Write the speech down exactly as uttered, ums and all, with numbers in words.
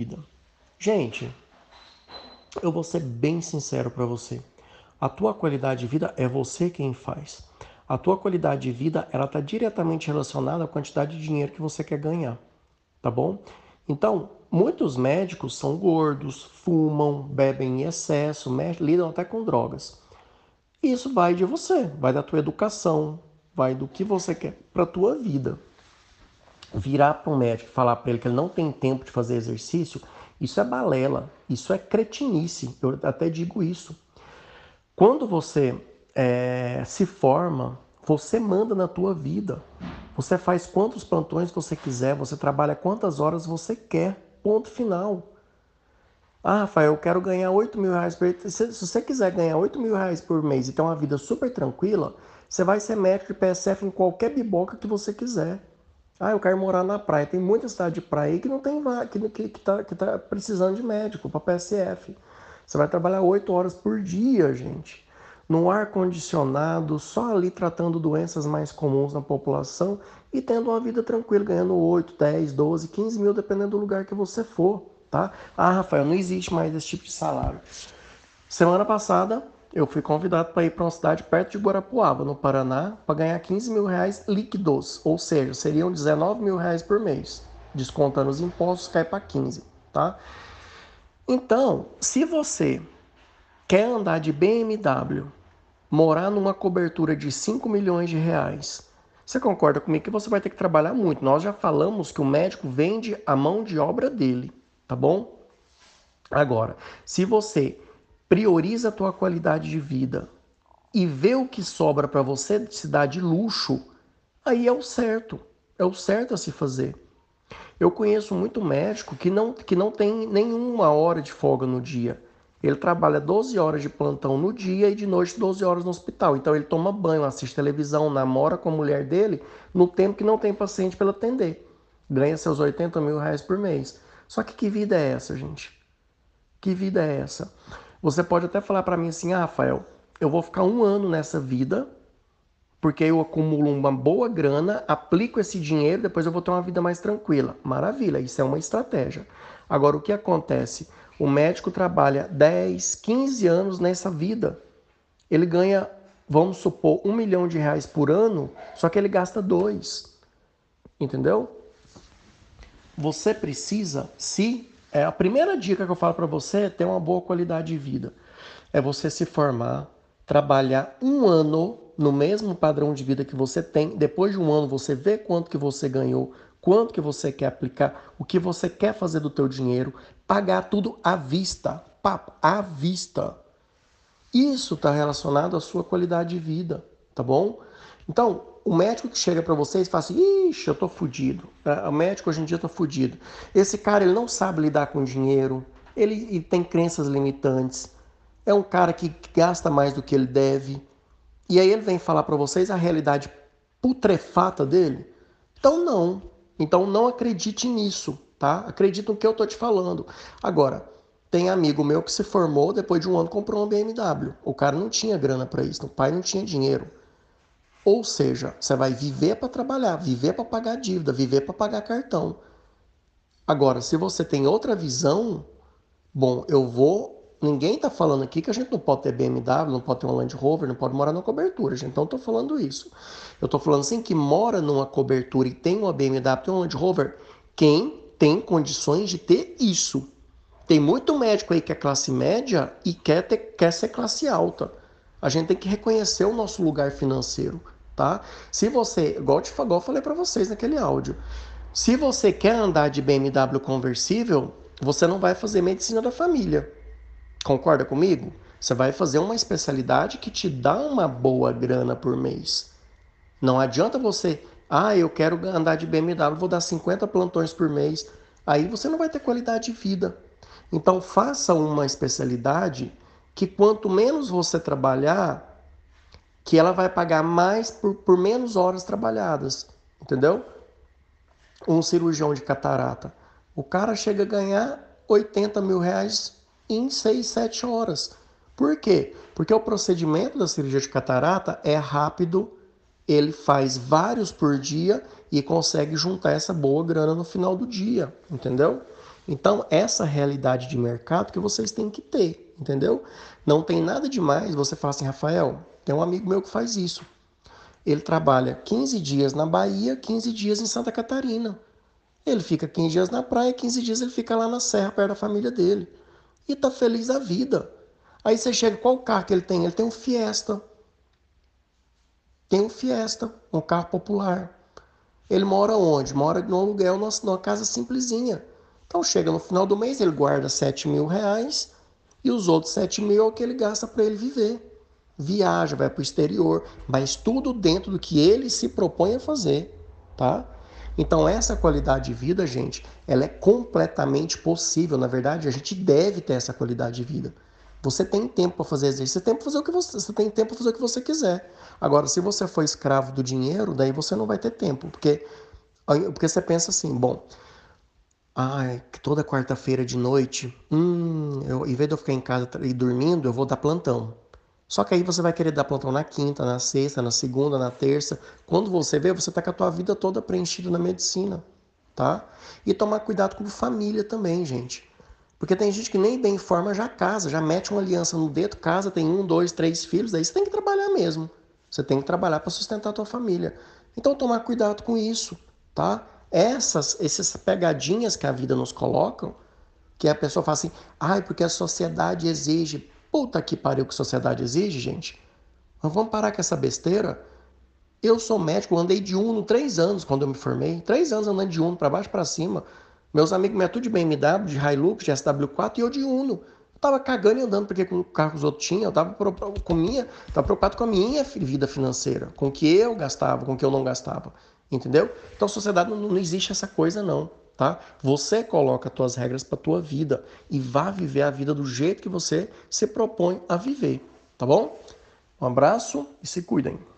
vida. Gente, eu vou ser bem sincero para você. A tua qualidade de vida é você quem faz. A tua qualidade de vida, ela está diretamente relacionada à quantidade de dinheiro que você quer ganhar, tá bom? Então, muitos médicos são gordos, fumam, bebem em excesso, lidam até com drogas. Isso vai de você, vai da tua educação, vai do que você quer para a tua vida. Virar para um médico e falar para ele que ele não tem tempo de fazer exercício, isso é balela, isso é cretinice, eu até digo isso. Quando você é, se forma, você manda na tua vida. Você faz quantos plantões você quiser, você trabalha quantas horas você quer, ponto final. Ah, Rafael, eu quero ganhar oito mil reais por mês. Se, se você quiser ganhar oito mil reais por mês e ter uma vida super tranquila, você vai ser médico de P S F em qualquer biboca que você quiser. Ah, eu quero morar na praia. Tem muita cidade de praia aí que não tem que, que, que, tá, que tá precisando de médico para P S F. Você vai trabalhar oito horas por dia, gente. No ar-condicionado, só ali tratando doenças mais comuns na população e tendo uma vida tranquila, ganhando oito, dez, doze, quinze mil, dependendo do lugar que você for, tá? Ah, Rafael, não existe mais esse tipo de salário. Semana passada, eu fui convidado para ir para uma cidade perto de Guarapuava, no Paraná, para ganhar quinze mil reais líquidos, ou seja, seriam dezenove mil reais por mês. Descontando os impostos, cai para quinze, tá? Então, se você quer andar de B M W, morar numa cobertura de cinco milhões de reais, você concorda comigo que você vai ter que trabalhar muito? Nós já falamos que o médico vende a mão de obra dele, tá bom? Agora, se você prioriza a tua qualidade de vida e vê o que sobra para você se dar de luxo, aí é o certo. É o certo a se fazer. Eu conheço muito médico que não, que não tem nenhuma hora de folga no dia. Ele trabalha doze horas de plantão no dia e de noite doze horas no hospital. Então ele toma banho, assiste televisão, namora com a mulher dele no tempo que não tem paciente para atender. Ganha seus oitenta mil reais por mês. Só que que vida é essa, gente? Que vida é essa? Você pode até falar para mim assim, ah, Rafael, eu vou ficar um ano nessa vida, porque eu acumulo uma boa grana, aplico esse dinheiro, depois eu vou ter uma vida mais tranquila. Maravilha, isso é uma estratégia. Agora, o que acontece? O médico trabalha dez, quinze anos nessa vida. Ele ganha, vamos supor, um milhão de reais por ano, só que ele gasta dois. Entendeu? Você precisa, se é a primeira dica que eu falo para você é ter uma boa qualidade de vida. É você se formar, trabalhar um ano no mesmo padrão de vida que você tem. Depois de um ano você vê quanto que você ganhou, quanto que você quer aplicar, o que você quer fazer do teu dinheiro, pagar tudo à vista, papo, à vista. Isso está relacionado à sua qualidade de vida, tá bom? Então, o médico que chega para vocês e fala assim, ixi, eu tô fudido. O médico hoje em dia tá fudido. Esse cara, ele não sabe lidar com dinheiro, ele, ele tem crenças limitantes, é um cara que gasta mais do que ele deve, e aí ele vem falar para vocês a realidade putrefata dele. Então, não. Então, não acredite nisso, tá? Acredite no que eu tô te falando. Agora, tem amigo meu que se formou, depois de um ano comprou uma B M W. O cara não tinha grana para isso, o pai não tinha dinheiro. Ou seja, você vai viver para trabalhar, viver para pagar dívida, viver para pagar cartão. Agora, se você tem outra visão, bom, eu vou. Ninguém está falando aqui que a gente não pode ter B M W, não pode ter um Land Rover, não pode morar numa cobertura, gente. Não estou falando isso. Eu estou falando assim que mora numa cobertura e tem uma B M W, tem um Land Rover, quem tem condições de ter isso. Tem muito médico aí que é classe média e quer, ter, quer ser classe alta. A gente tem que reconhecer o nosso lugar financeiro, tá? Se você, igual, te, igual eu falei para vocês naquele áudio, se você quer andar de B M W conversível, você não vai fazer medicina da família. Concorda comigo? Você vai fazer uma especialidade que te dá uma boa grana por mês. Não adianta você, ah, eu quero andar de B M W, vou dar cinquenta plantões por mês. Aí você não vai ter qualidade de vida. Então faça uma especialidade que quanto menos você trabalhar, que ela vai pagar mais por, por menos horas trabalhadas. Entendeu? Um cirurgião de catarata. O cara chega a ganhar oitenta mil reais em seis, sete horas. Por quê? Porque o procedimento da cirurgia de catarata é rápido, ele faz vários por dia e consegue juntar essa boa grana no final do dia, entendeu? Então, essa realidade de mercado que vocês têm que ter, entendeu? Não tem nada demais você falar assim, Rafael, tem um amigo meu que faz isso. Ele trabalha quinze dias na Bahia, quinze dias em Santa Catarina. Ele fica quinze dias na praia, quinze dias ele fica lá na serra, perto da família dele. E tá feliz a vida. Aí você chega, qual carro que ele tem? Ele tem um Fiesta. Tem um Fiesta, um carro popular. Ele mora onde? Mora num aluguel, numa casa simplesinha. Então chega no final do mês, ele guarda sete mil reais e os outros sete mil é o que ele gasta para ele viver. Viaja, vai para o exterior, mas tudo dentro do que ele se propõe a fazer, tá? Então essa qualidade de vida, gente, ela é completamente possível. Na verdade, a gente deve ter essa qualidade de vida. Você tem tempo para fazer exercício, você tem, fazer o que você, você tem tempo para fazer o que você quiser. Agora, se você for escravo do dinheiro, daí você não vai ter tempo, porque porque você pensa assim, bom, ai, toda quarta-feira de noite, hum, eu, em vez de eu ficar em casa e dormindo, eu vou dar plantão. Só que aí você vai querer dar plantão na quinta, na sexta, na segunda, na terça. Quando você vê, você tá com a tua vida toda preenchida na medicina, tá? E tomar cuidado com família também, gente. Porque tem gente que nem bem forma já casa, já mete uma aliança no dedo, casa, tem um, dois, três filhos, daí você tem que trabalhar mesmo. Você tem que trabalhar para sustentar a tua família. Então tomar cuidado com isso, tá? Essas, essas pegadinhas que a vida nos coloca, que a pessoa fala assim, ai, porque a sociedade exige. Puta que pariu que a sociedade exige, gente. Mas vamos parar com essa besteira? Eu sou médico, eu andei de Uno três anos quando eu me formei. Três anos andando de Uno, para baixo para cima. Meus amigos me tudo de B M W, de Hilux, de S W quatro e eu de Uno. Eu tava cagando e andando porque o carro que os outros tinham, eu tava, com minha, tava preocupado com a minha vida financeira, com o que eu gastava, com o que eu não gastava. Entendeu? Então, sociedade não, não existe essa coisa, não. Tá? Você coloca as tuas regras para tua vida e vá viver a vida do jeito que você se propõe a viver. Tá bom? Um abraço e se cuidem.